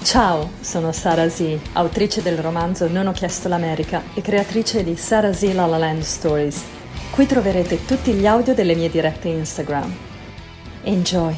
Ciao, sono Sara Z, autrice del romanzo Non ho chiesto l'America e creatrice di Sara Z La La Land Stories. Qui troverete tutti gli audio delle mie dirette Instagram. Enjoy!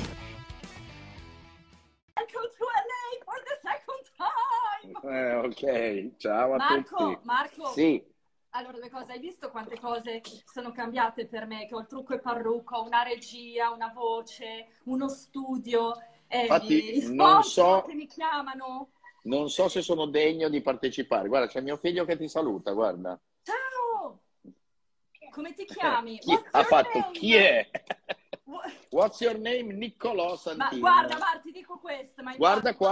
Welcome to LA for the second time! Ok, ciao a tutti. Marco, Sì, allora due cose, hai visto quante cose sono cambiate per me? Che ho il trucco e parrucco, una regia, una voce, uno studio, infatti gli sponsor che mi chiamano. non so se sono degno di partecipare. Guarda, c'è mio figlio che ti saluta, guarda. Ciao! Come ti chiami? Chi What's ha your fatto? name? Chi è? Wha- What's your name? Niccolò Ma Santin. guarda, ti dico questo, ma Guarda qua.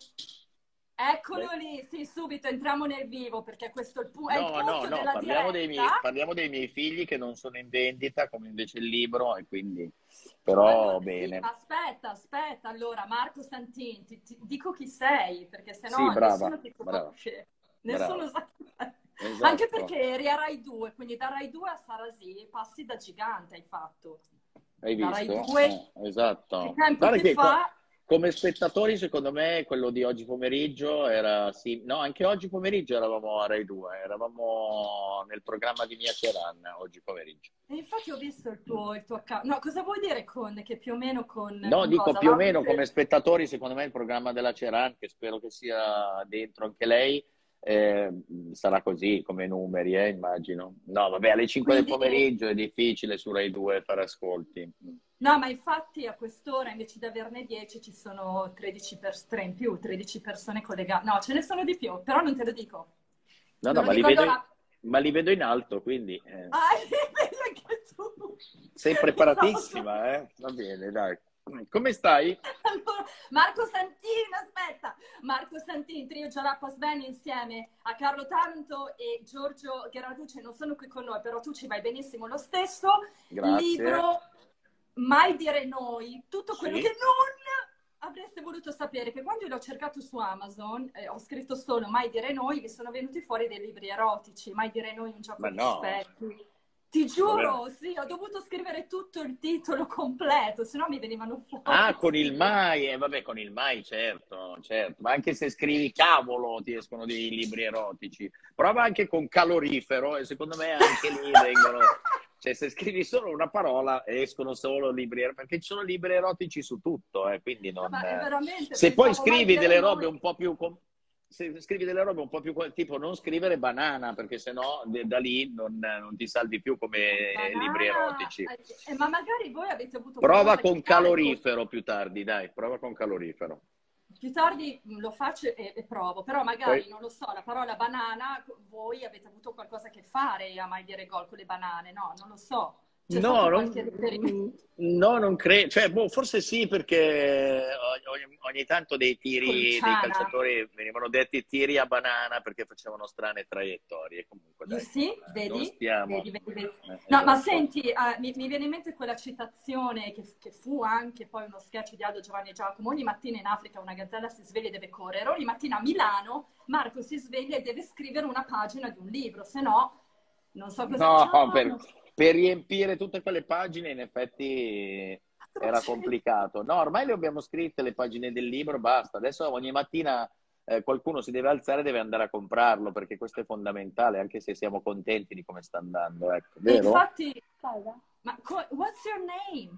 Eccolo lì, sì, subito entriamo nel vivo perché questo è il punto No, della parliamo dei miei figli che non sono in vendita, come invece il libro, e quindi, Allora, però, sì, bene. ma aspetta, allora, Marco Santin, ti dico chi sei, perché Sì, sennò brava, nessuno ti brava, conosce, nessuno brava. sa chi sei. Anche Esatto. perché eri a Rai 2, quindi da Rai 2 a Sarasi passi da gigante hai fatto. Hai Da Rai visto? 2, che Esatto. tempo Guarda che che fa? come spettatori, secondo me, quello di oggi pomeriggio era sì. No, anche oggi pomeriggio eravamo a Rai 2, eravamo nel programma di Mia Ceran oggi pomeriggio. E infatti ho visto il tuo account. No, cosa vuoi dire con, che più o meno No, con dico cosa? più o Va meno come tutte... spettatori, secondo me il programma della Ceran, che spero che sia dentro anche lei, sarà così come numeri, immagino. No, vabbè, alle 5 del Quindi... pomeriggio è difficile su Rai 2 fare ascolti. No, ma infatti a quest'ora invece di averne 10 ci sono 3 in più, 13 persone collegate. No, ce ne sono di più, però non te lo dico. No, Non no, lo dico allora. ma li vedo in alto, quindi Ah, vedi anche tu. sei Pensavo solo- preparatissima, eh? Va bene, dai. Come stai? Allora, Marco Santin, aspetta. Marco Santin, trio Jalapas Band insieme a Carlo Tanto e Giorgio Gherarduce non sono qui con noi, però tu ci vai benissimo lo stesso. Grazie. Libro Mai dire noi, tutto quello che Sì. non avreste voluto sapere, che quando io l'ho cercato su Amazon, ho scritto solo Mai dire noi, mi sono venuti fuori dei libri erotici, Mai dire noi, un gioco Ma di no, specchi. Ti ma ver- giuro, sì, ho dovuto scrivere tutto il titolo completo, se no mi venivano fuori Ah, con questi il libri. mai, vabbè, con il mai, certo, certo. Ma anche se scrivi cavolo ti escono dei libri erotici. Prova anche con calorifero e secondo me anche lì vengono... Cioè, se scrivi solo una parola escono solo libri erotici, perché ci sono libri erotici su tutto, quindi No, non... ma è veramente, Se poi pensavo Mai scrivi dire delle robe noi. un po' più... Se scrivi delle robe un po' più tipo non scrivere banana, perché sennò da lì non ti salvi più come libri Banana, erotici. ma magari voi avete avuto Prova qualcosa a che con fare con... calorifero più tardi, dai, prova con calorifero. Più tardi lo faccio e provo, però Poi magari, non lo so, la parola banana, voi avete avuto qualcosa a che fare a mai dire gol con le banane, no? Non lo so. C'è no, stato qualche riferimento? non credo, cioè, boh, forse sì, perché ogni tanto dei tiri dei Cominciana. calciatori venivano detti tiri a banana perché facevano strane traiettorie. Comunque, You dai, see? non Vedi? stiamo. Vedi. No, ma Esatto. senti, mi viene in mente quella citazione che fu anche poi uno sketch di Aldo Giovanni e Giacomo. Ogni mattina in Africa una gazzella si sveglia e deve correre. Ogni mattina a Milano Marco si sveglia e deve scrivere una pagina di un libro, se no non so cosa... No, Ciao, per riempire tutte quelle pagine in effetti era complicato. No, ormai le abbiamo scritte le pagine del libro, basta. Adesso ogni mattina qualcuno si deve alzare e deve andare a comprarlo, perché questo è fondamentale, anche se siamo contenti di come sta andando, ecco, E vero? infatti, ma what's your name?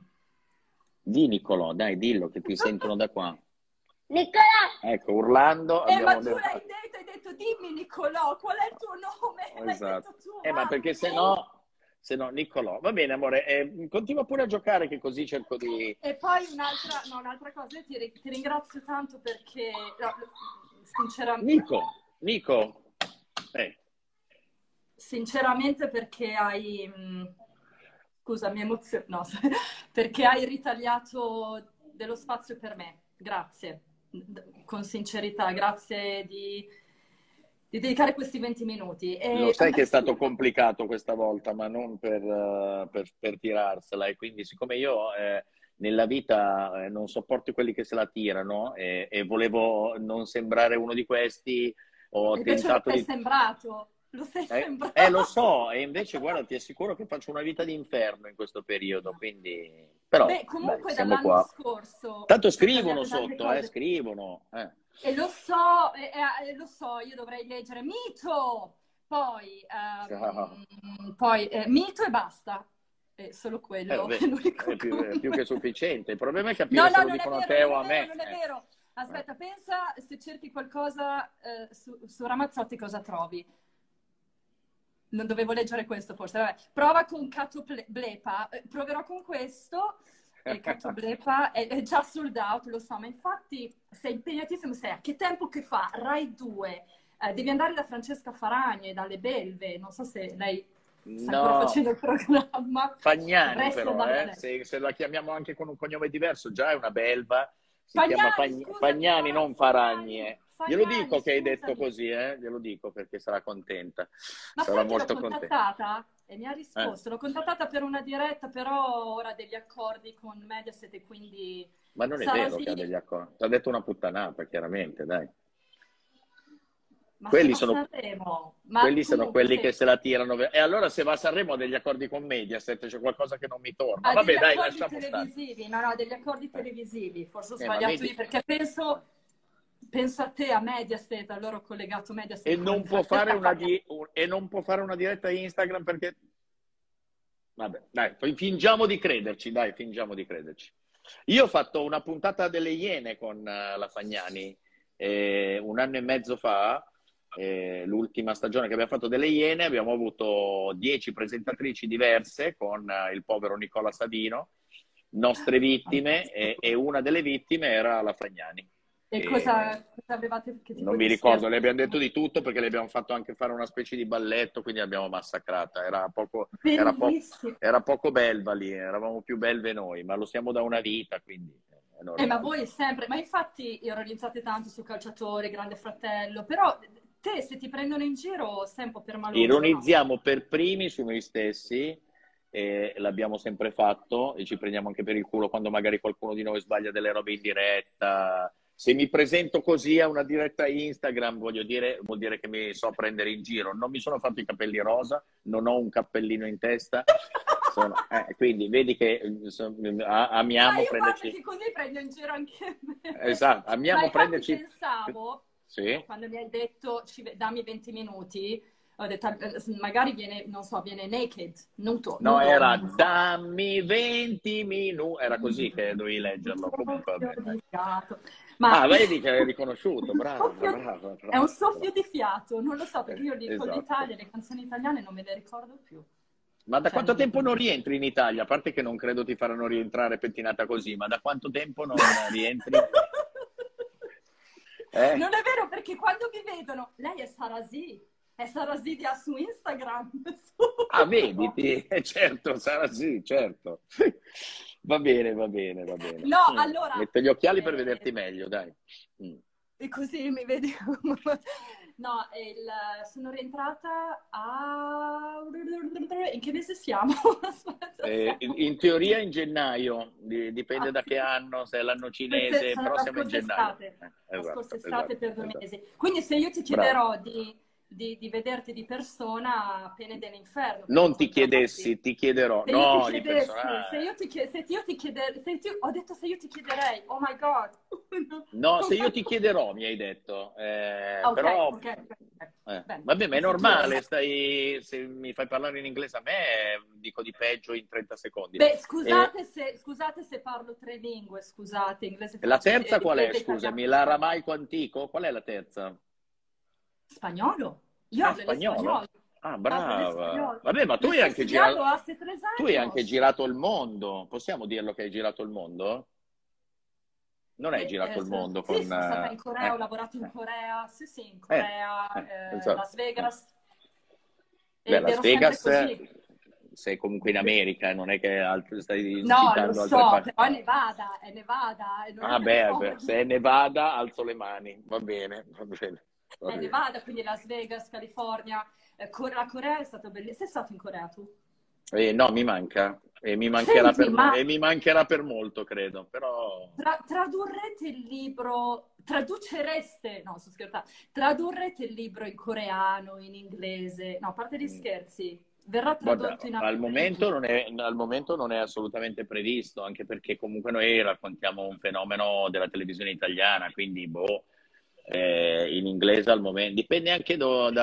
Di Niccolò, dai, dillo che ti sentono da qua. Nicola, Ecco, urlando Ma abbiamo tu detto... l'hai detto, hai detto dimmi Niccolò, qual è il tuo nome? L'hai Esatto. detto tu, Ma Marco. perché se no, Niccolò, va bene, amore, continua pure a giocare che così cerco di... E poi un'altra cosa, io ti ringrazio tanto perché, no, sinceramente, Nico, eh, sinceramente perché hai, scusa, mi emoziono, no, perché hai ritagliato dello spazio per me. Grazie, con sincerità, grazie di dedicare questi 20 minuti. lo E, sai che è sì, stato complicato questa volta, ma non per tirarsela. E quindi, siccome io nella vita non sopporto quelli che se la tirano e volevo non sembrare uno di questi, ho invece lo tentato sei di... sembrato. Lo sei sembrato. Lo so, e invece guarda, ti assicuro che faccio una vita di inferno in questo periodo, quindi... Però, Beh, dai, comunque siamo dall'anno qua. scorso Tanto sono scrivono cambiate tante sotto, cose. scrivono. E lo so, io dovrei leggere Mito, poi Mito e basta. È solo quello, Vabbè, è l'unico è più che sufficiente. Il problema è No, capire se no, lo non è dicono a vero, te non o è a vero, me. non è vero. Aspetta, pensa se cerchi qualcosa su Ramazzotti cosa trovi. Non dovevo leggere questo forse, vabbè. Prova con Cato Blepa, proverò con questo, e Cato Blepa è già sold out, lo so, ma infatti sei impegnatissimo, a che tempo che fa? Rai 2, devi andare da Francesca Faragne, dalle Belve, non so se lei sta ancora No, facendo il programma, Fagnani dovresti però, andare da lei. se la chiamiamo anche con un cognome diverso, già è una belva, si chiama Fagnani, scusami, Fagnani, non Faragni. Glielo dico Fagnani, che hai detto scusami. così, glielo dico perché sarà contenta, Ma sarà sai che l'ho molto contenta. contattata? E mi ha Eh. risposto, l'ho contattata per una diretta, però ora ha degli accordi con Mediaset e quindi Ma non è sarà vero che ha sì. degli accordi, ti ha detto una puttanata, chiaramente, dai. Ma se Quelli va a sono, Sanremo, ma quelli sono comunque quelli che se se la tirano. E allora se va a Sanremo ha degli accordi con Mediaset, c'è qualcosa che non mi torna. ha degli Vabbè, dai, accordi lasciamo stare. televisivi, no, degli accordi televisivi, forse ho Ma sbagliato io, vedi, perché penso a te, a Mediaset, allora ho collegato Mediaset e con non può fare Francesca Fagnani. e non può fare una diretta Instagram perché... Vabbè, dai, poi fingiamo di crederci, dai, fingiamo di crederci. Io ho fatto una puntata delle Iene con la Fagnani un anno e mezzo fa, l'ultima stagione che abbiamo fatto delle Iene, abbiamo avuto 10 presentatrici diverse con il povero Nicola Savino, nostre vittime, e una delle vittime era la Fagnani. E cosa avevate, che tipo Non mi di ricordo, le scherzo? abbiamo detto di tutto perché le abbiamo fatto anche fare una specie di balletto, quindi l'abbiamo massacrata. Bellissimo. Era poco belva lì, eravamo più belve noi, ma lo siamo da una vita, quindi è Ma normale. voi sempre, ma infatti ironizzate tanto su calciatori, Grande Fratello, però te se ti prendono in giro sei un po' permaloso, no? Ironizziamo per primi su noi stessi, e l'abbiamo sempre fatto, e ci prendiamo anche per il culo quando magari qualcuno di noi sbaglia delle robe in diretta. Se mi presento così a una diretta Instagram, vuol dire che mi so prendere in giro. Non mi sono fatto i capelli rosa, non ho un cappellino in testa, quindi vedi che amiamo Io guarda prenderci... che così prendo in giro anche me. Esatto, Ma amiamo infatti prenderci... pensavo, Sì? quando mi hai detto dammi 20 minuti, ho detto magari viene, non so, viene naked, nudo, No, era non so. dammi 20 minuti, era così che dovevi leggerlo, comunque vabbè, dai. Di fiato. Ma Vedi che hai riconosciuto, un brava, soffio- brava, è un brava, soffio brava. di fiato, non lo so, perché io dico Esatto. l'Italia, le canzoni italiane non me le ricordo più. Ma da Cioè, quanto tempo non rientri in Italia? A parte che non credo ti faranno rientrare pettinata così, ma da quanto tempo non rientri? Non è vero, perché quando mi vedono, lei è Sarasi su Instagram. Vedi, certo, sarà sì, certo. Va bene, va bene, va bene. No, allora... Metto gli occhiali per vederti meglio, dai. E così mi vedi... No, sono rientrata a... In che mese siamo? In teoria in gennaio, dipende da che anno, se è l'anno cinese, però siamo in gennaio. La scorsa estate per 2 esatto. mesi. Quindi se io ti chiederò di vederti di persona, pene dell'inferno. Non ti chiedessi, ti chiederò. No, di persona. Se io ti chiederei, ho detto se io ti chiederei, oh my god. No, se io ti chiederò, mi hai detto. Però... Okay. Vabbè, ma è normale, se mi fai parlare in inglese a me, dico di peggio in 30 secondi. Beh, scusate se parlo 3 lingue, scusate, inglese, La terza qual è? inglese, Scusami, italiano, l'aramaico antico? Qual è la terza? Spagnolo. Io hablo Spagnolo? Brava. spagnolo. Vabbè, ma tu hai anche girato girato... hace 3 Tu hai años. anche girato il mondo. Possiamo dirlo che hai girato il mondo? Non hai girato il mondo con... Sì, sono stata in Corea, ho lavorato in Corea, sì, in Corea, esatto. Las Vegas. Beh, Las ero Vegas sempre così. sei comunque in America, non è che stai No, citando lo altre so, parti. però è Nevada, e non è Beh, California. se è Nevada alzo le mani, va bene, va bene. Va È bene. Nevada, quindi Las Vegas, California. La Corea è stata bellissima. Sei stato in Corea tu? No, mi manca. Senti, ma E mi mancherà per molto, credo. Però tradurrete il libro, traducereste, no, sto scherzando, tradurrete il libro in coreano, in inglese, no, a parte gli mm, scherzi, verrà guarda, tradotto in altri... al momento non è assolutamente previsto, anche perché comunque noi raccontiamo un fenomeno della televisione italiana, quindi boh, in inglese al momento dipende anche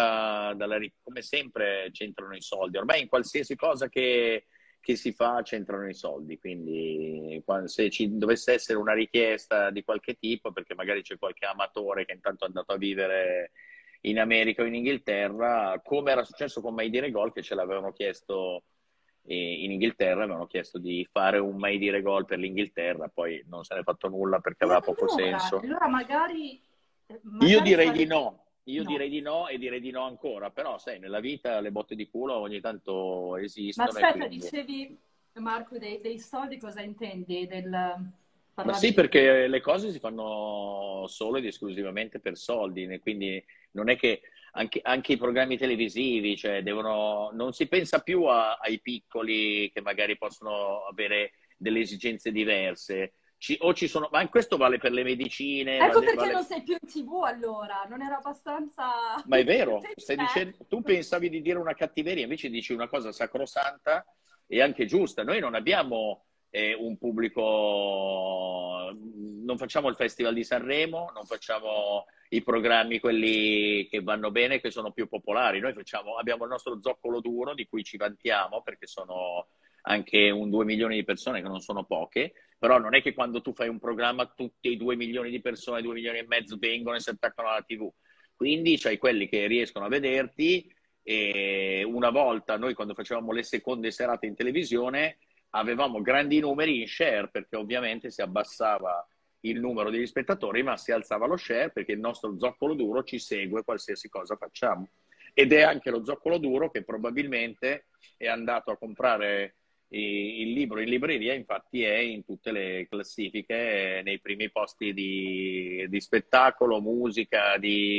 come sempre c'entrano i soldi. Ormai in qualsiasi cosa che si fa c'entrano i soldi, quindi se ci dovesse essere una richiesta di qualche tipo, perché magari c'è qualche amatore che intanto è andato a vivere in America o in Inghilterra, come era successo con Mai Dire Gol, che ce l'avevano chiesto in Inghilterra, avevano chiesto di fare un Mai Dire Gol per l'Inghilterra, poi non se ne è fatto nulla perché aveva poco senso. Allora magari, Io magari direi di fare... no, io No. direi di no e direi di no ancora, però sai, nella vita le botte di culo ogni tanto Ma esistono e aspetta, quindi... dicevi, Marco, dei soldi cosa intendi? Ma Parlavi sì, di... perché le cose si fanno solo ed esclusivamente per soldi, quindi non è che anche i programmi televisivi, cioè non si pensa più ai piccoli che magari possono avere delle esigenze diverse. O ci sono, ma questo vale per le medicine, Ecco perché vale. non sei più in TV allora, non era abbastanza... Ma è vero, stai Perché? dicendo, tu pensavi di dire una cattiveria, invece dici una cosa sacrosanta e anche giusta. Noi non abbiamo un pubblico, non facciamo il Festival di Sanremo, non facciamo i programmi quelli che vanno bene, che sono più popolari. Abbiamo il nostro zoccolo duro di cui ci vantiamo perché sono anche 2 milioni di persone che non sono poche, però non è che quando tu fai un programma tutti i 2 milioni di persone, 2 milioni e mezzo vengono e si attaccano alla TV. Quindi c'hai quelli che riescono a vederti e una volta noi quando facevamo le seconde serate in televisione avevamo grandi numeri in share perché ovviamente si abbassava il numero degli spettatori ma si alzava lo share perché il nostro zoccolo duro ci segue qualsiasi cosa facciamo. Ed è anche lo zoccolo duro che probabilmente è andato a comprare il libro in libreria, infatti è in tutte le classifiche, nei primi posti di spettacolo, musica,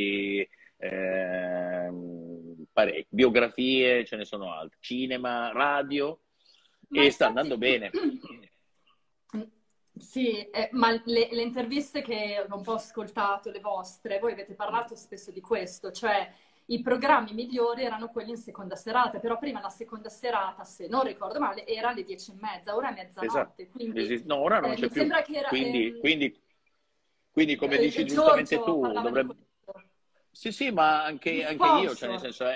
biografie, ce ne sono altre, cinema, radio, Ma e sta infatti, andando bene. sì, ma le interviste che ho un po' ascoltato, le vostre, voi avete parlato spesso di questo, cioè i programmi migliori erano quelli in seconda serata, però prima la seconda serata, se non ricordo male, era alle 10:30, ora è Esatto. mezzanotte, quindi No, ora non c'è mi più. sembra che era... Quindi, come dici giustamente Giorgio tu, parlava di dovrebbe... questo, Sì, sì, ma gli anche io, cioè nel sponsor. senso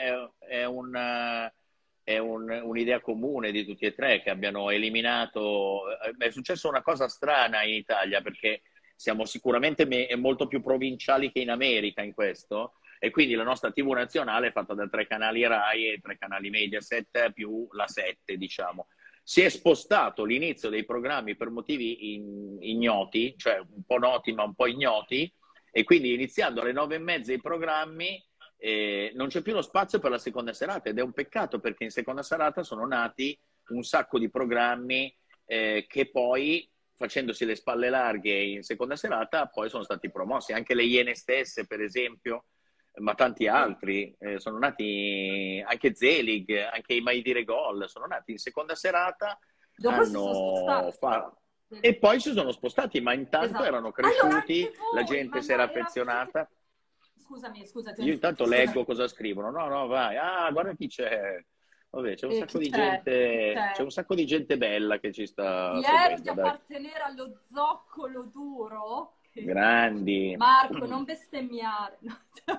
un'idea comune di tutti e tre che abbiano eliminato. È successa una cosa strana in Italia perché siamo sicuramente molto più provinciali che in America in questo, e quindi la nostra TV nazionale è fatta da 3 canali Rai e 3 canali Mediaset più la 7, diciamo. Si è spostato l'inizio dei programmi per motivi ignoti, cioè un po' noti ma un po' ignoti, e quindi iniziando alle 9:30 i programmi non c'è più lo spazio per la seconda serata ed è un peccato perché in seconda serata sono nati un sacco di programmi che poi, facendosi le spalle larghe in seconda serata, poi sono stati promossi. Anche le Iene stesse, per esempio, ma tanti Sì. altri, sono nati, anche Zelig, anche i Mai Dire Gol, sono nati in seconda serata, Dopo si sono spostati. e poi si sono spostati, ma intanto Esatto. erano Allora anche cresciuti, la voi, gente ma si era no, eravate... affezionata. Scusami, Io intanto scusami. leggo cosa scrivono. No, no, vai. Ah, guarda chi c'è. Vabbè, Chi c'è? Chi c'è c'è? un sacco di gente bella che ci sta Fiero di seguendo, dai. appartenere allo zoccolo duro? Grandi. Marco, non bestemmiare. No.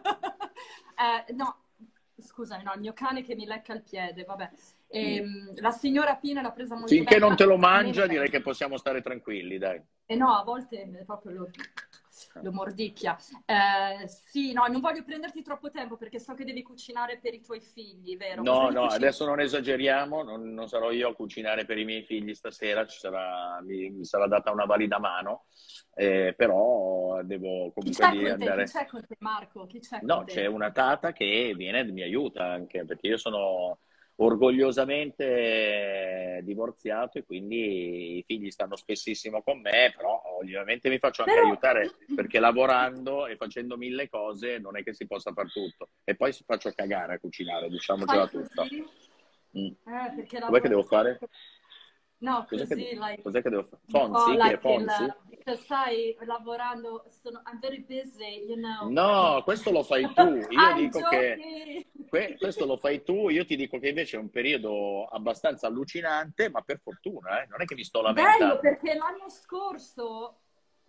No, scusami, no, il mio cane che mi lecca il piede, vabbè. La signora Pina l'ha presa molto Finché bene, non ma te lo a me mangia, non è... direi che possiamo stare tranquilli, dai. E no, a volte proprio lo mordicchia. Sì, no, non voglio prenderti troppo tempo perché so che devi cucinare per i tuoi figli, vero? Cosa No, gli no, cucini? adesso non esageriamo, non sarò io a cucinare per i miei figli stasera, mi sarà data una valida mano, però devo Chi comunque c'è di con te? Chi andare. c'è con te, Marco? Chi c'è con No, c'è te? una tata che viene e mi aiuta anche perché io sono orgogliosamente divorziato e quindi i figli stanno spessissimo con me, però ovviamente mi faccio anche Però... aiutare perché lavorando e facendo 1000 cose non è che si possa fare tutto. E poi faccio cagare a cucinare, Fai diciamocela tutta. così? Mm. Perché Com'è che devo fare? No, così, like, Cos'è che devo fare? un po' Fonzi? Chi è like Fonzi? perché stai lavorando, I'm very busy, you know. No, questo lo fai tu. Io I'm dico che joking! questo lo fai tu. Io ti dico che invece è un periodo abbastanza allucinante, ma per fortuna, non è che mi sto Bello, lamentando. perché l'anno scorso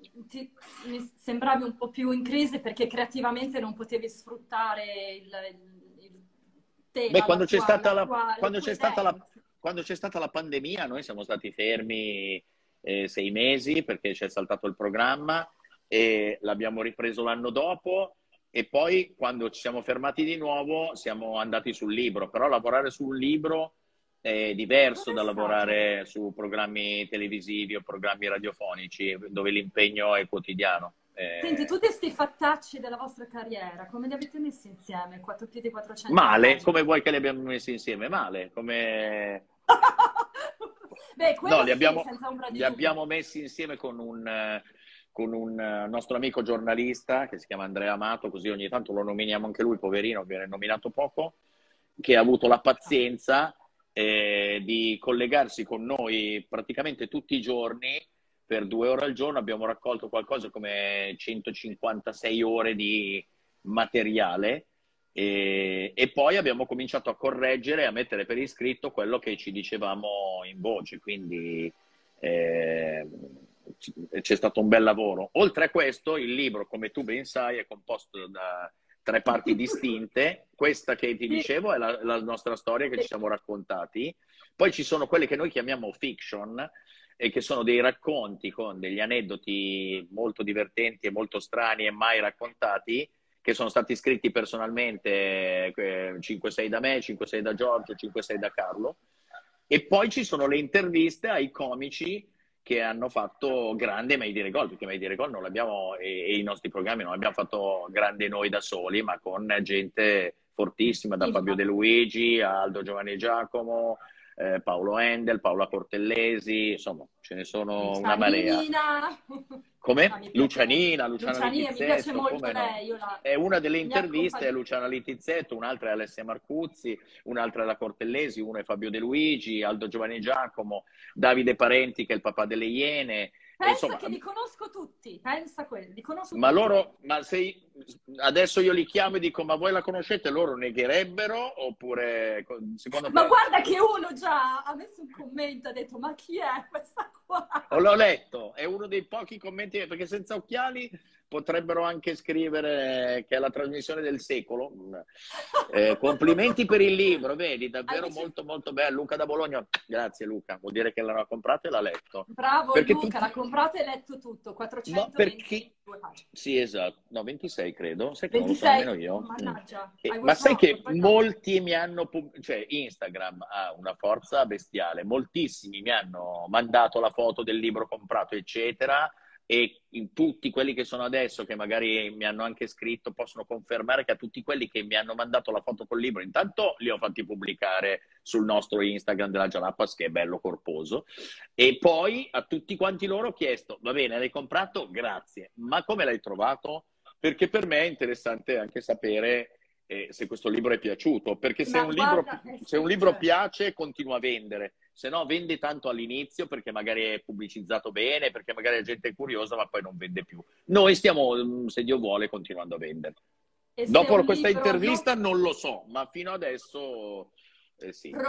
mi sembravi un po' più in crisi perché creativamente non potevi sfruttare il Beh, tema, le quando tue c'è stata idee. quando c'è stata la pandemia, noi siamo stati fermi 6 mesi perché c'è saltato il programma e l'abbiamo ripreso l'anno dopo e poi quando ci siamo fermati di nuovo siamo andati sul libro, però lavorare su un libro è diverso Com'è da stato? lavorare su programmi televisivi o programmi radiofonici dove l'impegno è quotidiano. Senti, tutti questi fattacci della vostra carriera, come li avete messi insieme? Quattro piedi, 400 Male, pagine. come vuoi che li abbiamo messi insieme? Male, come... Beh, No, quello sì, senza ombra di li dubbio. abbiamo messi insieme con un nostro amico giornalista che si chiama Andrea Amato, così ogni tanto lo nominiamo anche lui, poverino, viene nominato poco, che ha avuto la pazienza di collegarsi con noi praticamente tutti i giorni per 2 ore al giorno. Abbiamo raccolto qualcosa come 156 ore di materiale e poi abbiamo cominciato a correggere e a mettere per iscritto quello che ci dicevamo in voce, quindi eh, c'è stato un bel lavoro. Oltre a questo, il libro, come tu ben sai, è composto da 3 parti distinte. Questa che ti Sì. dicevo è la nostra storia che ci siamo raccontati. Poi ci sono quelle che noi chiamiamo fiction, e che sono dei racconti con degli aneddoti molto divertenti e molto strani e mai raccontati, che sono stati scritti personalmente, 5-6 da me, 5-6 da Giorgio, 5-6 da Carlo. E poi ci sono le interviste ai comici che hanno fatto grande Made in Recall, perché Made in Recall non l'abbiamo, e i nostri programmi non l'abbiamo fatto grande noi da soli, ma con gente fortissima, da Fabio De Luigi a Aldo Giovanni e Giacomo, Paolo Endel, Paola Cortellesi, insomma, ce ne sono una marea. Lucianina. Come? Ah, mi piace molto. Lucianina, Luciana Lucianina, mi piace Littizzetto, molto come no? lei. E una delle Mi interviste è accompagna. Luciana Littizzetto, un'altra è Alessia Marcuzzi, un'altra è la Cortellesi, uno è Fabio De Luigi, Aldo Giovanni Giacomo, Davide Parenti che è il papà delle Iene, e Pensa insomma, che li conosco tutti. Pensa a quelli, li conosco ma tutti. loro, ma se adesso io li chiamo e dico ma voi la conoscete, loro negherebbero oppure secondo Ma te? guarda che uno già ha messo un commento, ha detto, ma chi è questa qua? O l'ho letto, è uno dei pochi commenti, perché senza occhiali potrebbero anche scrivere che è la trasmissione del secolo. Complimenti per il libro, vedi, Hai davvero ricevuto... molto molto bello. Luca da Bologna, grazie Luca, vuol dire che l'ha comprato e l'ha letto. Bravo Perché Luca, l'ha tutti... comprato e letto tutto, Ma perché... 422 pagine. Sì, esatto, no, 26 credo, sai che non lo so 26, nemmeno io. mannaggia, I Ma was sai wrong, che poi no. molti mi hanno, cioè Instagram ha una forza bestiale, moltissimi mi hanno mandato la foto del libro comprato, eccetera, e in tutti quelli che sono adesso, che magari mi hanno anche scritto, possono confermare che a tutti quelli che mi hanno mandato la foto col libro, intanto li ho fatti pubblicare sul nostro Instagram della Jalapas, che è bello corposo, e poi a tutti quanti loro ho chiesto, va bene, l'hai comprato? Grazie, ma come l'hai trovato? Perché per me è interessante anche sapere se questo libro è piaciuto, perché Ma guarda, se un sì, libro certo. piace continua a vendere, se no vende tanto all'inizio perché magari è pubblicizzato bene, perché magari la gente è curiosa, ma poi non vende più. Noi stiamo, se Dio vuole, continuando a vendere. E se Dopo un questa libro non... intervista non lo so, ma fino adesso sì.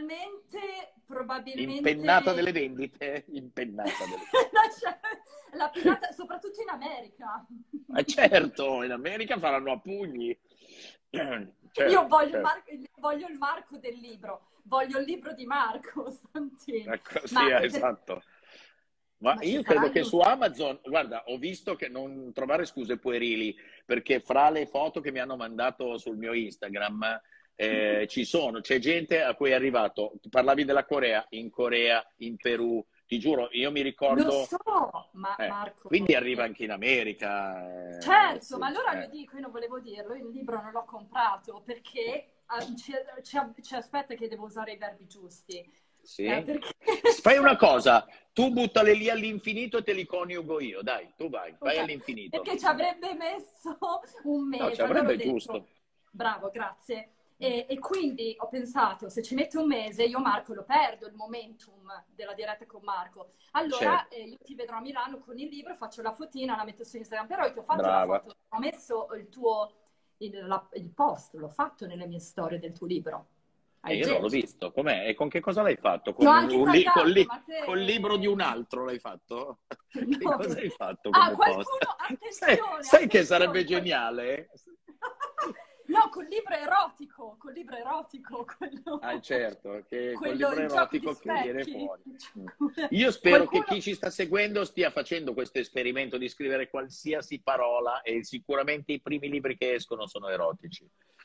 Impennata Probabilmente delle vendite, impennata delle Cioè, la pirata, soprattutto in America. Ma certo, in America faranno a pugni. Io Certo, certo. voglio il marco del libro, voglio il libro di Marco Santini. Ecco, sì, Ma, esatto. Ma ma ci io credo che saranno... su Amazon, guarda, ho visto che non trovare scuse puerili, perché fra le foto che mi hanno mandato sul mio Instagram c'è gente a cui è arrivato, tu parlavi della Corea, in Perù, ti giuro, io mi Lo ricordo, so, ma Marco... quindi arriva anche in America, Certo, sì, ma allora lo dico, io non volevo dirlo, il libro non l'ho comprato perché ci aspetta che devo usare i verbi giusti. sì. Perché... Fai una cosa, tu buttale lì all'infinito e te li coniugo io, dai, tu vai Ok, all'infinito. perché ci avrebbe messo un No, ci mese. Allora ho avrebbe detto, giusto. bravo, grazie. E quindi ho pensato, se ci metto un mese, io Marco lo perdo, il momentum della diretta con Marco. Allora Certo, io ti vedrò a Milano con il libro, faccio la fotina, la metto su Instagram, però io ti ho fatto la brava. foto, ho messo il post, l'ho fatto nelle mie storie del tuo libro. E Hai io non l'ho visto? visto. Com'è? E con che cosa l'hai fatto? Ti ho Con anche taggato, ma col libro di un te... altro l'hai fatto? Che No. cosa hai fatto Ah, come post? qualcuno, attenzione, Sai che sarebbe attenzione. geniale? No, col libro erotico, Ah, certo, che col quello libro il gioco di erotico che viene specchi. fuori. Io spero che chi Qualcuno... ci sta seguendo stia facendo questo esperimento di scrivere qualsiasi parola e sicuramente i primi libri che escono sono erotici.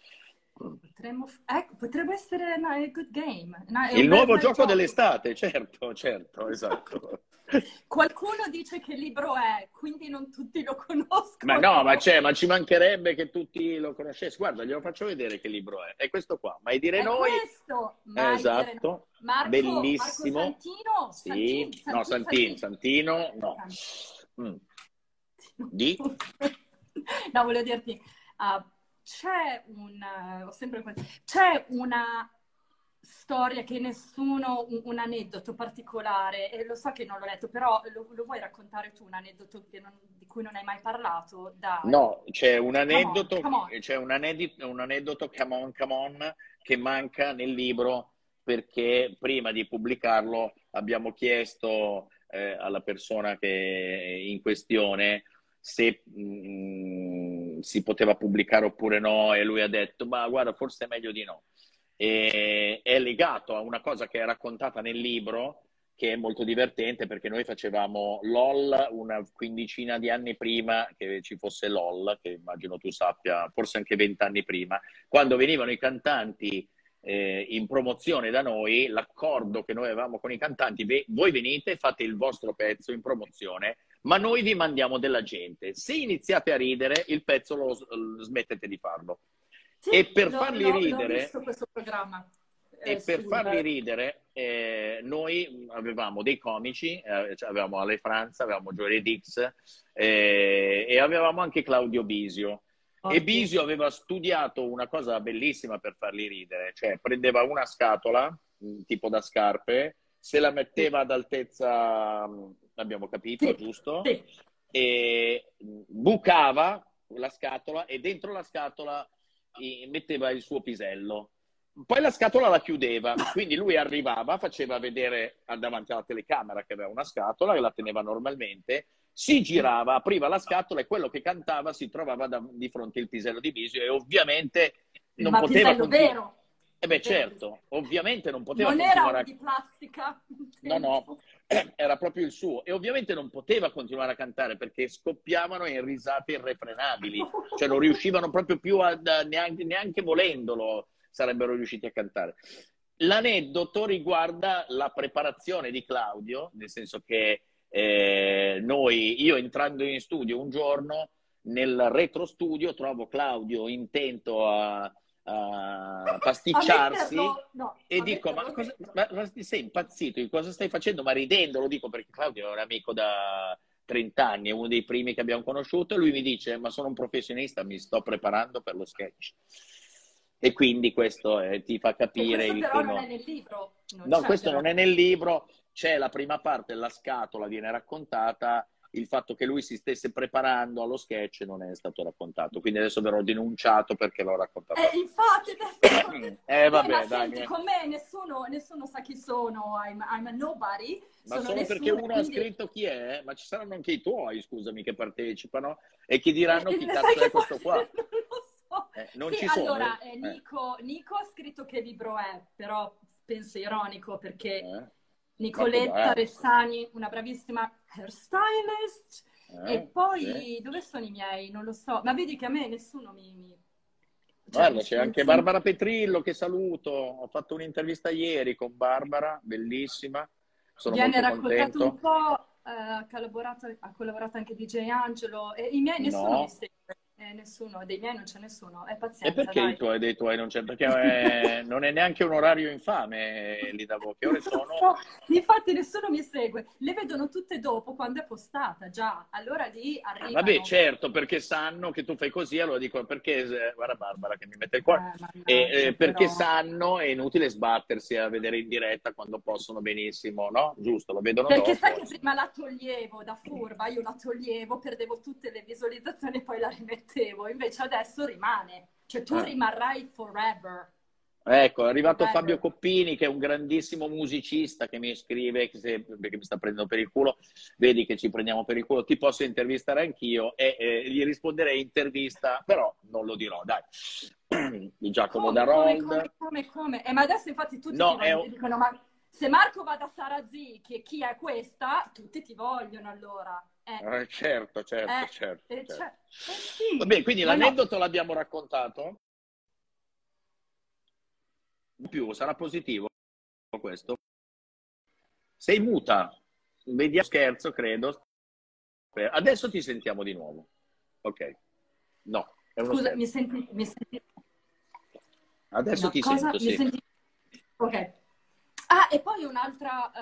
potrebbe essere a good game, è un Il nuovo bel gioco gioco. dell'estate, certo, certo, esatto. Qualcuno dice che libro è, quindi non tutti lo Ma no, conoscono. ma ci mancherebbe che tutti lo conoscessero. Guarda, glielo faccio vedere che libro è. È questo qua, Mai dire È noi. questo, mai dire no. Esatto, Marco bellissimo. Santino, Sì, no, Santino, no. Mm. Di? No, volevo dirti, c'è una storia che nessuno, un aneddoto particolare, e lo so che non l'ho letto, però lo vuoi raccontare tu, un aneddoto di cui non hai mai parlato? Dai, No, c'è un come on, aneddoto, come on. un aneddoto, come on, che manca nel libro perché prima di pubblicarlo abbiamo chiesto alla persona che è in questione se si poteva pubblicare oppure no e lui ha detto, ma guarda, forse è meglio di no. E è legato a una cosa che è raccontata nel libro che è molto divertente perché noi facevamo LOL una quindicina di anni prima che ci fosse LOL, che immagino tu sappia, forse anche 20 anni prima, quando venivano i cantanti in promozione da noi, l'accordo che noi avevamo con i cantanti, voi venite, fate il vostro pezzo in promozione, ma noi vi mandiamo della gente. Se iniziate a ridere, il pezzo lo smettete di farlo. Sì, E per farli l'ho ridere, visto questo programma. e per farli ridere, noi avevamo dei comici, cioè avevamo Ale Franza, avevamo Jory Dix e avevamo anche Claudio Bisio. E Ottimo. Bisio aveva studiato una cosa bellissima per farli ridere, cioè prendeva una scatola, tipo da scarpe, se la metteva ad altezza, abbiamo capito, Sì, giusto? sì. E bucava la scatola e dentro la scatola metteva il suo pisello. Poi la scatola la chiudeva, quindi lui arrivava, faceva vedere davanti alla telecamera che aveva una scatola, che la teneva normalmente, si girava, apriva la scatola e quello che cantava si trovava di fronte al pisello di Bisio e ovviamente non Ma poteva pisello continuare. vero. E beh, Vero. certo, ovviamente non poteva Non era continuare uno a... di plastica. No, era proprio il suo. E ovviamente non poteva continuare a cantare perché scoppiavano in risate irrefrenabili, cioè non riuscivano proprio più neanche volendolo, sarebbero riusciti a cantare. L'aneddoto riguarda la preparazione di Claudio, nel senso che io entrando in studio un giorno, nel retro studio trovo Claudio intento a A pasticciarsi metterlo, no, e a dico, metterlo dentro. ma ti sei impazzito? Cosa stai facendo? Ma ridendo, lo dico perché Claudio è un amico da 30 anni, è uno dei primi che abbiamo conosciuto, e lui mi dice, ma sono un professionista, mi sto preparando per lo sketch. E quindi questo ti fa E capire questo il però non tema. è nel libro. Non No, c'è questo però. non è nel libro, c'è la prima parte, la scatola viene raccontata, il fatto che lui si stesse preparando allo sketch non è stato raccontato, quindi adesso verrò denunciato perché l'ho raccontato. Infatti, ma Vabbè, dai. senti, con me nessuno sa chi sono, I'm a nobody, Ma sono solo perché nessuno, uno ha quindi... scritto chi è, ma ci saranno anche i tuoi, scusami, che partecipano e che diranno chi sai cazzo che è questo qua. non lo so. Non Sì, ci sono. allora, Nico ha scritto che libro è, però penso ironico perché Ma può Nicoletta darsi. Rezzani, una bravissima hairstylist, e poi Sì. dove sono i miei? Non lo so, ma vedi che a me nessuno cioè, Guarda, c'è anche nessuno... Barbara Petrillo che saluto. Ho fatto un'intervista ieri con Barbara, bellissima. Sono Viene molto raccontato un contento. po', ha collaborato anche DJ Angelo, e i miei nessuno mi No, segue. nessuno, dei miei non c'è nessuno, è E pazienza, perché dai. dei tuoi non c'è? Perché non è neanche un orario infame lì da voi. Che ore Non sono? so, infatti nessuno mi segue, le vedono tutte dopo quando è postata, già, allora lì Ah, vabbè, arrivano. certo, perché sanno che tu fai così, allora dicono perché, guarda Barbara che mi mette il cuore, Mannaggia, perché però. sanno è inutile sbattersi a vedere in diretta quando possono benissimo, no? Giusto, lo vedono Perché sai dopo. che prima la toglievo da furba, io la toglievo, perdevo tutte le visualizzazioni e poi la rimettevo, invece adesso rimane, cioè tu Eh. rimarrai forever, Ecco, è arrivato Fabio forever. Coppini, che è un grandissimo musicista che mi scrive, perché mi sta prendendo per il culo, vedi che ci prendiamo per il culo, ti posso intervistare anch'io e gli risponderei intervista, però non lo dirò, dai. Di Giacomo Darold. Come? Ma adesso infatti tutti ti No, vogliono, dicono, ma se Marco va da Sara Z, che chi è questa? Tutti ti vogliono allora. certo, certo, certo, certo. Va Sì, bene, quindi ma no. l'aneddoto l'abbiamo raccontato? Di più, sarà positivo questo? Sei muta, vediamo scherzo, credo. Adesso ti sentiamo di nuovo. Ok. No, è uno Scusa, scherzo. mi senti? Adesso No, ti cosa? sento, Mi sì. senti? Ok. Ah, e poi un'altra,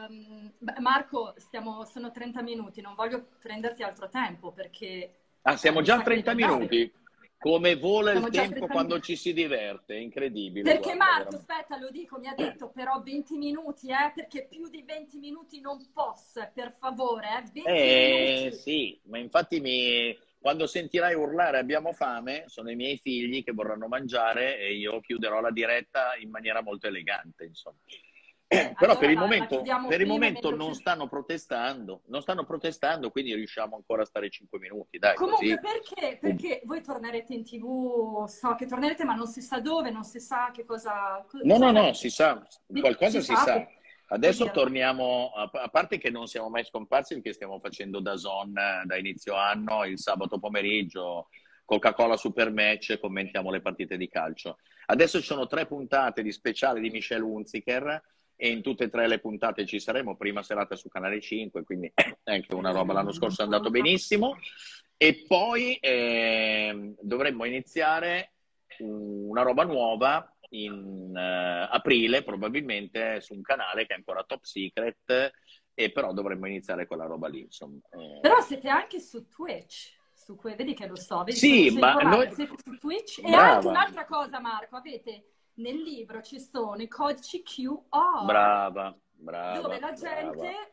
Marco, sono 30 minuti, non voglio prenderti altro tempo perché Ah, siamo mi già a sa che 30 devi andare. minuti. Come vola il Siamo già a tempo 30 quando minuti. ci si diverte, è incredibile, Perché guarda, Marco, veramente. aspetta, lo dico, mi ha detto però 20 minuti, perché più di 20 minuti non posso, per favore, 20 minuti. Sì, ma infatti quando sentirai urlare abbiamo fame, sono i miei figli che vorranno mangiare e io chiuderò la diretta in maniera molto elegante, insomma. Però Allora la chiudiamo per il prima, è momento meglio chiudere. non stanno protestando, quindi riusciamo ancora a stare 5 minuti, dai, Comunque, così. perché? Perché voi tornerete in TV, so che tornerete, ma non si sa dove, non si sa che No, cosa no, no, farete. si sa, Si qualcosa si sa, sa. puoi Adesso dirlo. torniamo, a parte che non siamo mai scomparsi perché stiamo facendo DAZN da inizio anno, il sabato pomeriggio, Coca-Cola Super Match, commentiamo le partite di calcio. Adesso ci sono 3 puntate di speciale di Michelle Hunziker e in tutte e 3 le puntate ci saremo, prima serata su Canale 5, quindi è anche una roba, l'anno scorso è andato benissimo. E poi dovremmo iniziare una roba nuova in aprile, probabilmente su un canale che è ancora top secret, e però dovremmo iniziare quella roba lì, insomma. Però siete anche su Twitch, vedi che lo so, vedi, Sì, sei ma noi... informato, siete su Twitch. E anche Brava, un'altra cosa, Marco, nel libro ci sono i codici QR, brava, dove brava, la gente brava.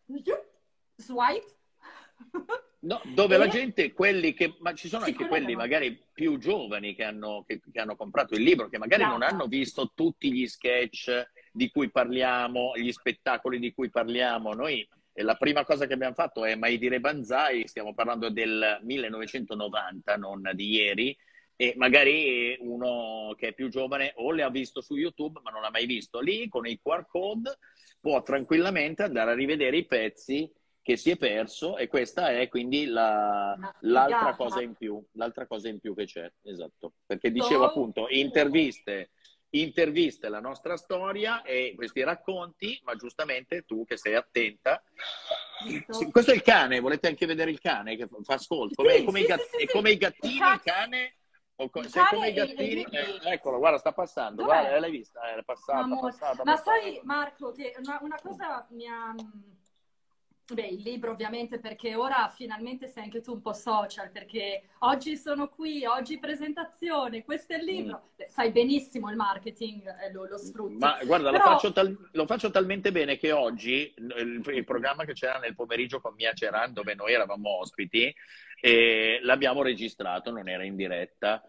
swipe No, dove la e gente, ma ci sono si anche quelli collegano. magari più giovani che hanno comprato il libro, che magari non Brava. hanno visto tutti gli sketch di cui parliamo, gli spettacoli di cui parliamo. Noi la prima cosa che abbiamo fatto è Mai dire Banzai, stiamo parlando del 1990, non di ieri, e magari uno che è più giovane o le ha visto su YouTube ma non l'ha mai visto. Lì con i QR code può tranquillamente andare a rivedere i pezzi che si è perso e questa è quindi Una l'altra figata. cosa in più che c'è, esatto, perché dicevo So appunto cool. interviste la nostra storia e questi racconti, ma giustamente tu che sei attenta. Sì, Visto? questo è il cane, volete anche vedere il cane che fa ascolto? Sì, sì, sì, È sì, come i sì. gattini il cane? Il Se è come cane i e gattini, lui. eccolo, guarda, sta passando, guarda, Dov'è? l'hai vista? È passata, Amore. passata, Ma passata. sai, Marco, che una cosa mi ha... Beh, il libro ovviamente perché ora finalmente sei anche tu un po' social, perché oggi sono qui, oggi presentazione, questo è il Mm. libro. Beh, sai benissimo il marketing, lo sfrutti. Ma guarda, Però, lo faccio talmente bene che oggi il programma che c'era nel pomeriggio con Mia Ceran, dove noi eravamo ospiti, l'abbiamo registrato, non era in diretta.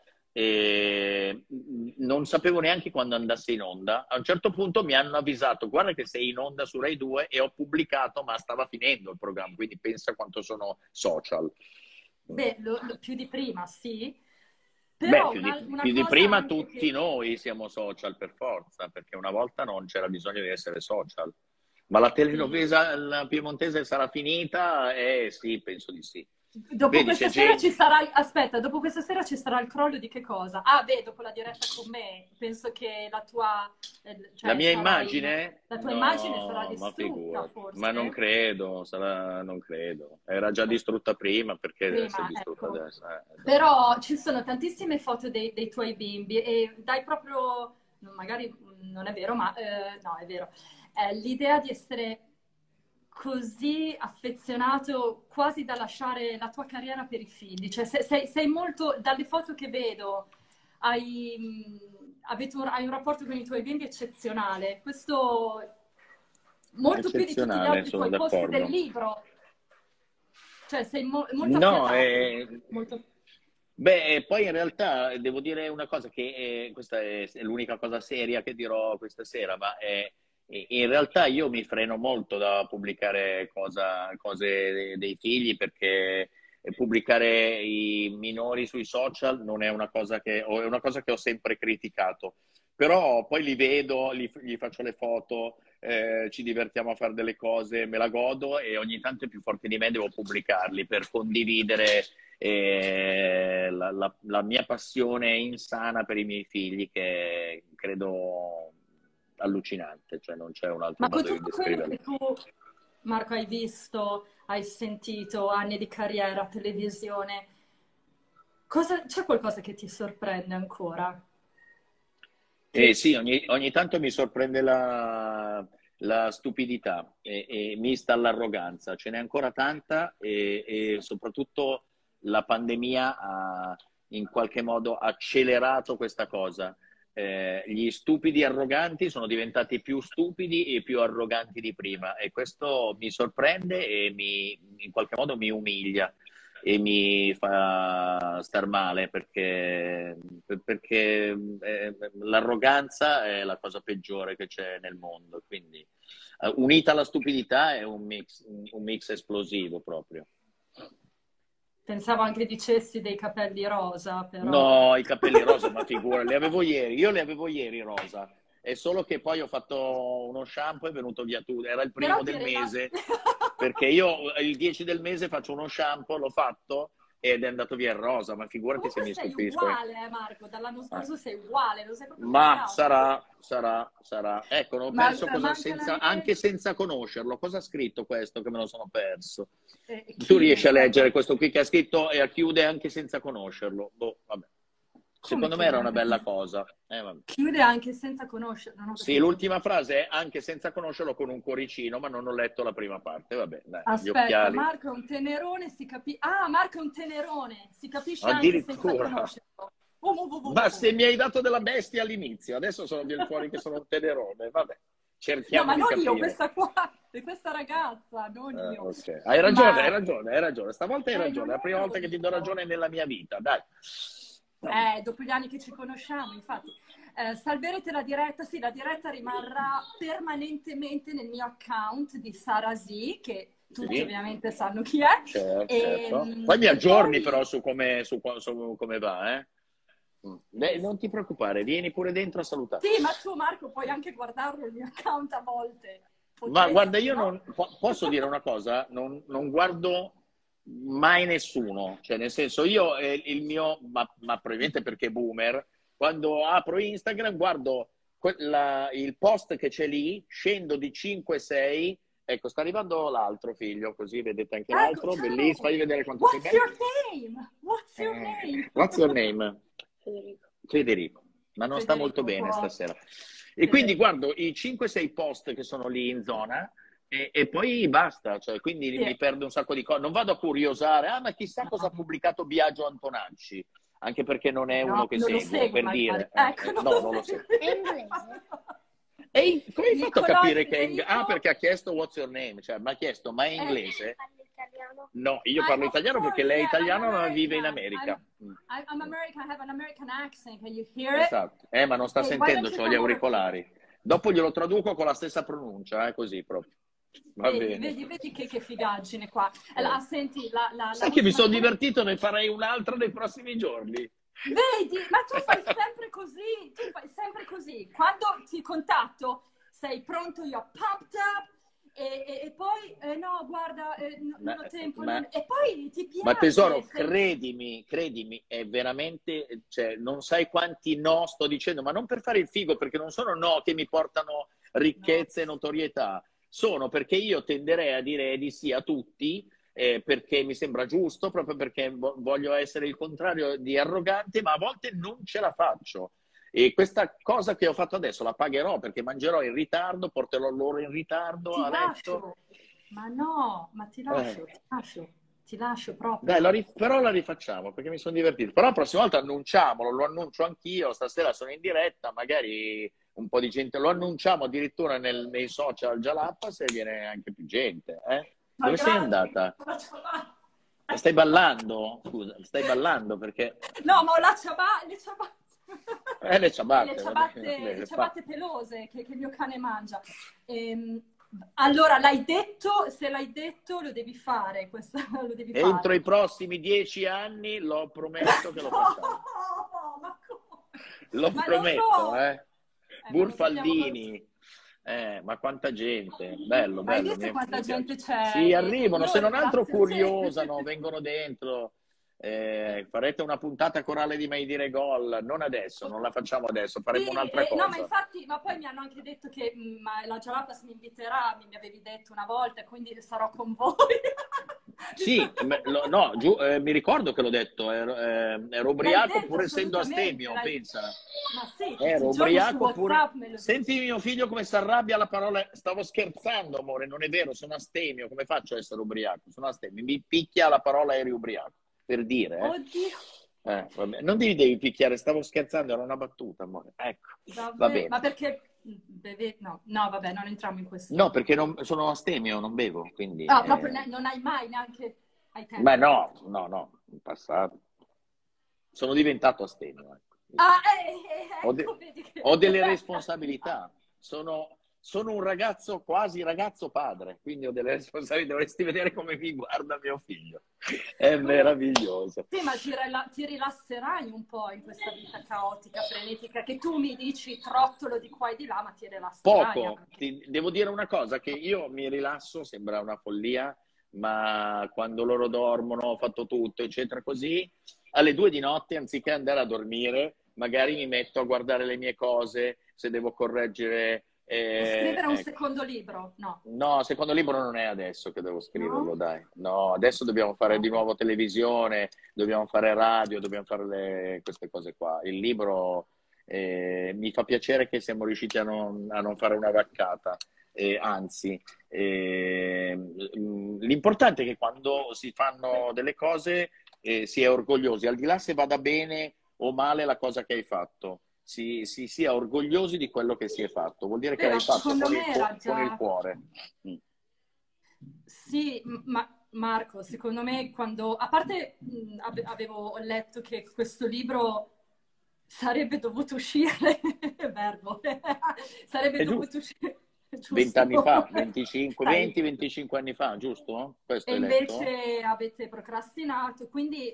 E non sapevo neanche quando andasse in onda. A un certo punto mi hanno avvisato: guarda che sei in onda su Rai 2, e ho pubblicato, ma stava finendo il programma, quindi pensa quanto sono social. beh, più di prima, sì. Beh, Però una più di cosa prima anche tutti che... noi siamo social per forza, perché una volta non c'era bisogno di essere social. Ma la Sì, telenovela la piemontese sarà finita? Sì, penso di sì. Dopo Vedi, questa c'è sera gente. ci sarà, aspetta, dopo questa sera ci sarà il crollo di che cosa? Ah, beh, dopo la diretta con me, penso che la tua, La cioè mia sarai, immagine? la tua immagine sarà No, ma distrutta, figurati. Ma non forse? credo, non credo. Era già distrutta prima, perché deve essere Prima, distrutta ecco. adesso? Esatto. Però ci sono tantissime foto dei tuoi bimbi e dai proprio, magari non è vero, ma no, è vero, l'idea di essere così affezionato quasi da lasciare la tua carriera per i figli. Cioè, sei molto, dalle foto che vedo, hai un rapporto con i tuoi bimbi eccezionale. Questo molto più di tutti gli Eccezionale, altri sono tuoi post del d'accordo. libro. Cioè, sei molto No, affiatato. Molto... beh, poi in realtà devo dire una cosa che questa è l'unica cosa seria che dirò questa sera, ma in realtà io mi freno molto da pubblicare cose dei figli perché pubblicare i minori sui social non è una cosa o è una cosa che ho sempre criticato. Però poi li vedo, gli faccio le foto, ci divertiamo a fare delle cose, me la godo e ogni tanto è più forte di me, devo pubblicarli per condividere la mia passione insana per i miei figli, che credo allucinante, cioè non c'è un altro Ma con modo di tutto quello descriverlo. che tu, Marco, hai visto, hai sentito, anni di carriera, televisione, c'è qualcosa che ti sorprende ancora? Eh Che... sì, ogni tanto mi sorprende la stupidità e mista all'arroganza. Ce n'è ancora tanta e soprattutto la pandemia ha in qualche modo accelerato questa cosa. Gli stupidi arroganti sono diventati più stupidi e più arroganti di prima e questo mi sorprende e in qualche modo mi umilia e mi fa star male perché l'arroganza è la cosa peggiore che c'è nel mondo. Quindi, unita alla stupidità è un mix esplosivo proprio. Pensavo anche dicessi dei capelli rosa, però... No, i capelli rosa, ma figura, li avevo ieri, io li avevo ieri rosa. È solo che poi ho fatto uno shampoo e è venuto via tutto. Era il Però primo ti del è rimasto... mese, perché io il 10 del mese faccio uno shampoo, l'ho fatto ed è andato via il rosa, ma figurati se Comunque mi sei stupisco. uguale, Marco, dall'anno Eh. scorso sei uguale, non sei proprio Ma cambiato. sarà. Ecco, non ho Ma perso cosa manca la anche legge... senza conoscerlo. Cosa ha scritto questo che me lo sono perso? Tu chi riesci a leggere Instagram? questo qui che ha scritto e a chiudere anche senza conoscerlo? Boh, vabbè. Come Secondo me era chiude una anche bella senza... cosa. Vabbè. Chiude anche senza conoscere, non ho Sì, capito. l'ultima frase è anche senza conoscerlo con un cuoricino, ma non ho letto la prima parte. Vabbè, dai, gli Aspetta, occhiali. Marco è un tenerone, si capisce... Ah, Marco è un tenerone, si capisce anche senza Addirittura. conoscerlo. Ma se mi hai dato della bestia all'inizio, adesso viene fuori che sono un tenerone. Vabbè, No, cerchiamo ma di non io, capire. questa qua, è questa ragazza, non io. Ok. Hai ragione, hai Ma ragione, hai ragione. Stavolta hai ragione, non è la prima ero volta che ti do io. ragione nella mia vita, dai. Dopo gli anni che ci conosciamo, infatti. Salverete la diretta, sì, la diretta rimarrà permanentemente nel mio account di Sara Z, che tutti Sì, ovviamente sanno chi è. certo. Poi mi E aggiorni però poi... su come va, eh? Beh, non ti preoccupare, vieni pure dentro a salutare. Sì, ma tu Marco puoi anche guardarlo il mio account a volte. Ma guarda, Potresti, io no? posso dire una cosa, non guardo mai nessuno, cioè nel senso io il mio, ma probabilmente perché boomer, quando apro Instagram guardo il post che c'è lì, scendo di 5-6, ecco sta arrivando l'altro figlio, così vedete anche Ecco, l'altro, bellissimo, ciao! fagli vedere quanto sei What's bello. your name? What's your name? What's your name? Federico, ma non sta molto Federico, bene può... stasera. E quindi Federico. guardo i 5-6 post che sono lì in zona e poi basta, cioè, quindi Sì. mi perdo un sacco di cose. Non vado a curiosare, ma chissà cosa ha pubblicato Biagio Antonacci, anche perché non è uno No, che non lo seguo, segui per magari. dire. Ecco, non No, lo non lo segui. seguo. È inglese? E come hai fatto a Nicolò e capire che è Federico, perché ha chiesto what's your name? Cioè, mi ha chiesto, ma è inglese? Parli italiano? No, io parlo of italiano perché course, lei è yeah, I'm italiana ma vive in American. America. I'm American. I have an American accent. Can you hear it? Esatto, ma non sta Hey, why sentendo, don't you c'ho gli come over here? auricolari. Dopo glielo traduco con la stessa pronuncia, così proprio. Va Vedi, bene. vedi che figaggine qua. Allora, senti, la Sai che mi ultima sono cosa... divertito, ne farei un'altra nei prossimi giorni. Vedi, ma tu fai sempre così, tu fai sempre così. Quando ti contatto sei pronto, you're pumped up, e poi no, guarda, non ho tempo. Ma, E poi ti ma piace. tesoro, credimi, è veramente, cioè, non sai quanti no sto dicendo, ma non per fare il figo, perché non sono no che mi portano No. ricchezza e notorietà, sono perché io tenderei a dire di sì a tutti, perché mi sembra giusto, proprio perché voglio essere il contrario di arrogante, ma a volte non ce la faccio. E questa cosa che ho fatto adesso la pagherò perché mangerò in ritardo, porterò loro in ritardo Ti a letto. lascio. Ma no, ma Eh. ti lascio Dai, proprio. però la rifacciamo perché mi sono divertito. Però la prossima volta annunciamolo, lo annuncio anch'io. Stasera sono in diretta, magari un po' di gente lo annunciamo addirittura nei social Jalapas e viene anche più gente. Eh? Ma Dove sei grazie. andata? Stai ballando? Scusa, stai ballando perché No, ma ho le ciabatte. le Sì, ciabatte, le ciabatte pelose che il mio cane mangia. Allora, l'hai detto, se l'hai detto lo devi fare, lo devi entro fare. i prossimi 10 anni l'ho promesso che lo facciamo. No, ma come? Lo Ma lo prometto, so! eh. Ma lo sappiamo. Burfaldini. Ma quanta gente, bello, Hai bello, visto quanta mi gente piace. c'è? Sì, arrivano, Io se non altro ringrazio te. curiosano, vengono dentro. Farete una puntata corale di Mai Dire Gol, non adesso, non la facciamo adesso, faremo Sì, un'altra no, ma cosa. infatti, ma poi mi hanno anche detto che ma la Jalapas mi inviterà, mi avevi detto una volta, quindi sarò con voi. Sì, no, mi ricordo che l'ho detto, ero L'hai ubriaco detto pur essendo assolutamente, astemio, pensa. ma sì, tutti Ero i giorni su ubriaco pure. WhatsApp me lo Senti dici. mio figlio come si arrabbia alla parola. Stavo scherzando, amore, non è vero, sono astemio. Come faccio a essere ubriaco? Sono astemio. Mi picchia la parola eri ubriaco, per dire, Oddio, Vabbè. Non devi picchiare, stavo scherzando, era una battuta, amore. Ecco, va davvero? bene. Ma perché no, no, vabbè, non entriamo in No, questo. perché sono astemio, non bevo, quindi. Ah, proprio non hai mai neanche ai Beh, tempi. no, no, no, in passato. Sono diventato astemio, ecco. Ah, Ho, ecco, vedi che... ho delle responsabilità. Sono un ragazzo, quasi ragazzo padre, quindi ho delle responsabilità. Dovresti vedere come mi guarda mio figlio. È meraviglioso. Sì, ma ti rilasserai un po' in questa vita caotica, frenetica, che tu mi dici trottolo di qua e di là, ma ti rilasserai Poco, anche. ti devo dire una cosa, che io mi rilasso, sembra una follia, ma quando loro dormono, ho fatto tutto, eccetera, così, alle 2 di notte, anziché andare a dormire, magari mi metto a guardare le mie cose, se devo correggere. E scrivere un Ecco. secondo libro? No. No, il secondo libro non è adesso che devo scriverlo, No? dai. No, adesso dobbiamo fare di No. nuovo televisione, dobbiamo fare radio, dobbiamo fare queste cose qua. Il libro, mi fa piacere che siamo riusciti a non fare una vaccata. Anzi, l'importante è che quando si fanno delle cose, si è orgogliosi, al di là se vada bene o male la cosa che hai fatto. Si sia orgogliosi di quello che si è fatto, vuol dire che Ma l'hai fatto secondo me era con il già... cuore. Mm. Sì, ma Marco, secondo me quando... A parte avevo letto che questo libro sarebbe dovuto uscire, verbo, sarebbe È dovuto giusto. uscire, 20 giusto? anni fa, 25, Sai, 20-25 anni fa, giusto? Questo e hai letto? invece avete procrastinato, quindi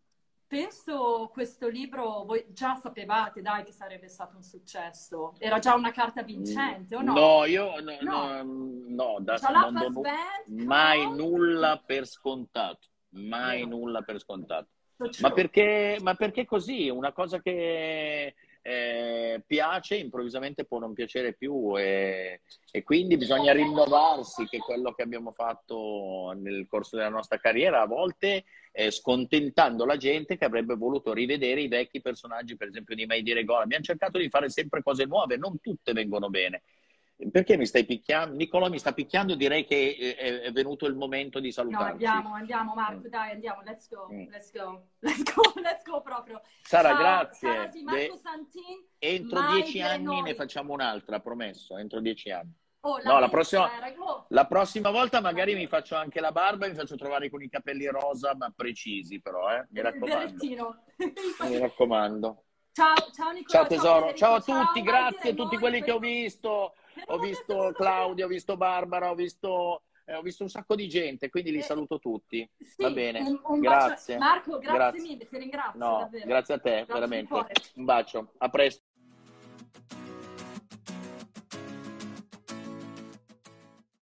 penso questo libro voi già sapevate, dai, che sarebbe stato un successo. Era già una carta vincente, o no? No, io no, No, no, non do Jalapas Band mai con nulla per scontato, mai vero, nulla per scontato. so Ma true. perché così? Una cosa che piace, improvvisamente può non piacere più e quindi bisogna rinnovarsi, che è quello che abbiamo fatto nel corso della nostra carriera, a volte scontentando la gente che avrebbe voluto rivedere i vecchi personaggi, per esempio di Mai Dire Gol. Abbiamo cercato di fare sempre cose nuove, non tutte vengono bene. Perché mi stai picchiando? Nicolò mi sta picchiando, direi che è venuto il momento di No, salutarci. andiamo Mm. Marco, dai, andiamo, Mm. let's go proprio. Sara, Ciao, Sara, grazie. sì, Marco Santin, Entro mai 10 dire anni ne noi. facciamo un'altra, promesso, entro 10 anni. Oh, la No, vecchia, rago, la prossima volta la magari mi vecchia. faccio anche la barba e mi faccio trovare con i capelli rosa, ma precisi però, mi Il raccomando. berrettino. Mi raccomando. Ciao Ciao Nicolò, ciao tesoro, ciao Federico, a tutti, ciao, mai grazie dire a tutti noi quelli che ho per visto. Ho un visto secondo. Claudia, ho visto Barbara, ho visto un sacco di gente, quindi li saluto tutti. Va Sì, bene, un bacio. grazie, Marco, grazie grazie. mille, ti ringrazio No, davvero. grazie a te, Grazie di veramente. cuore. Un bacio, a presto.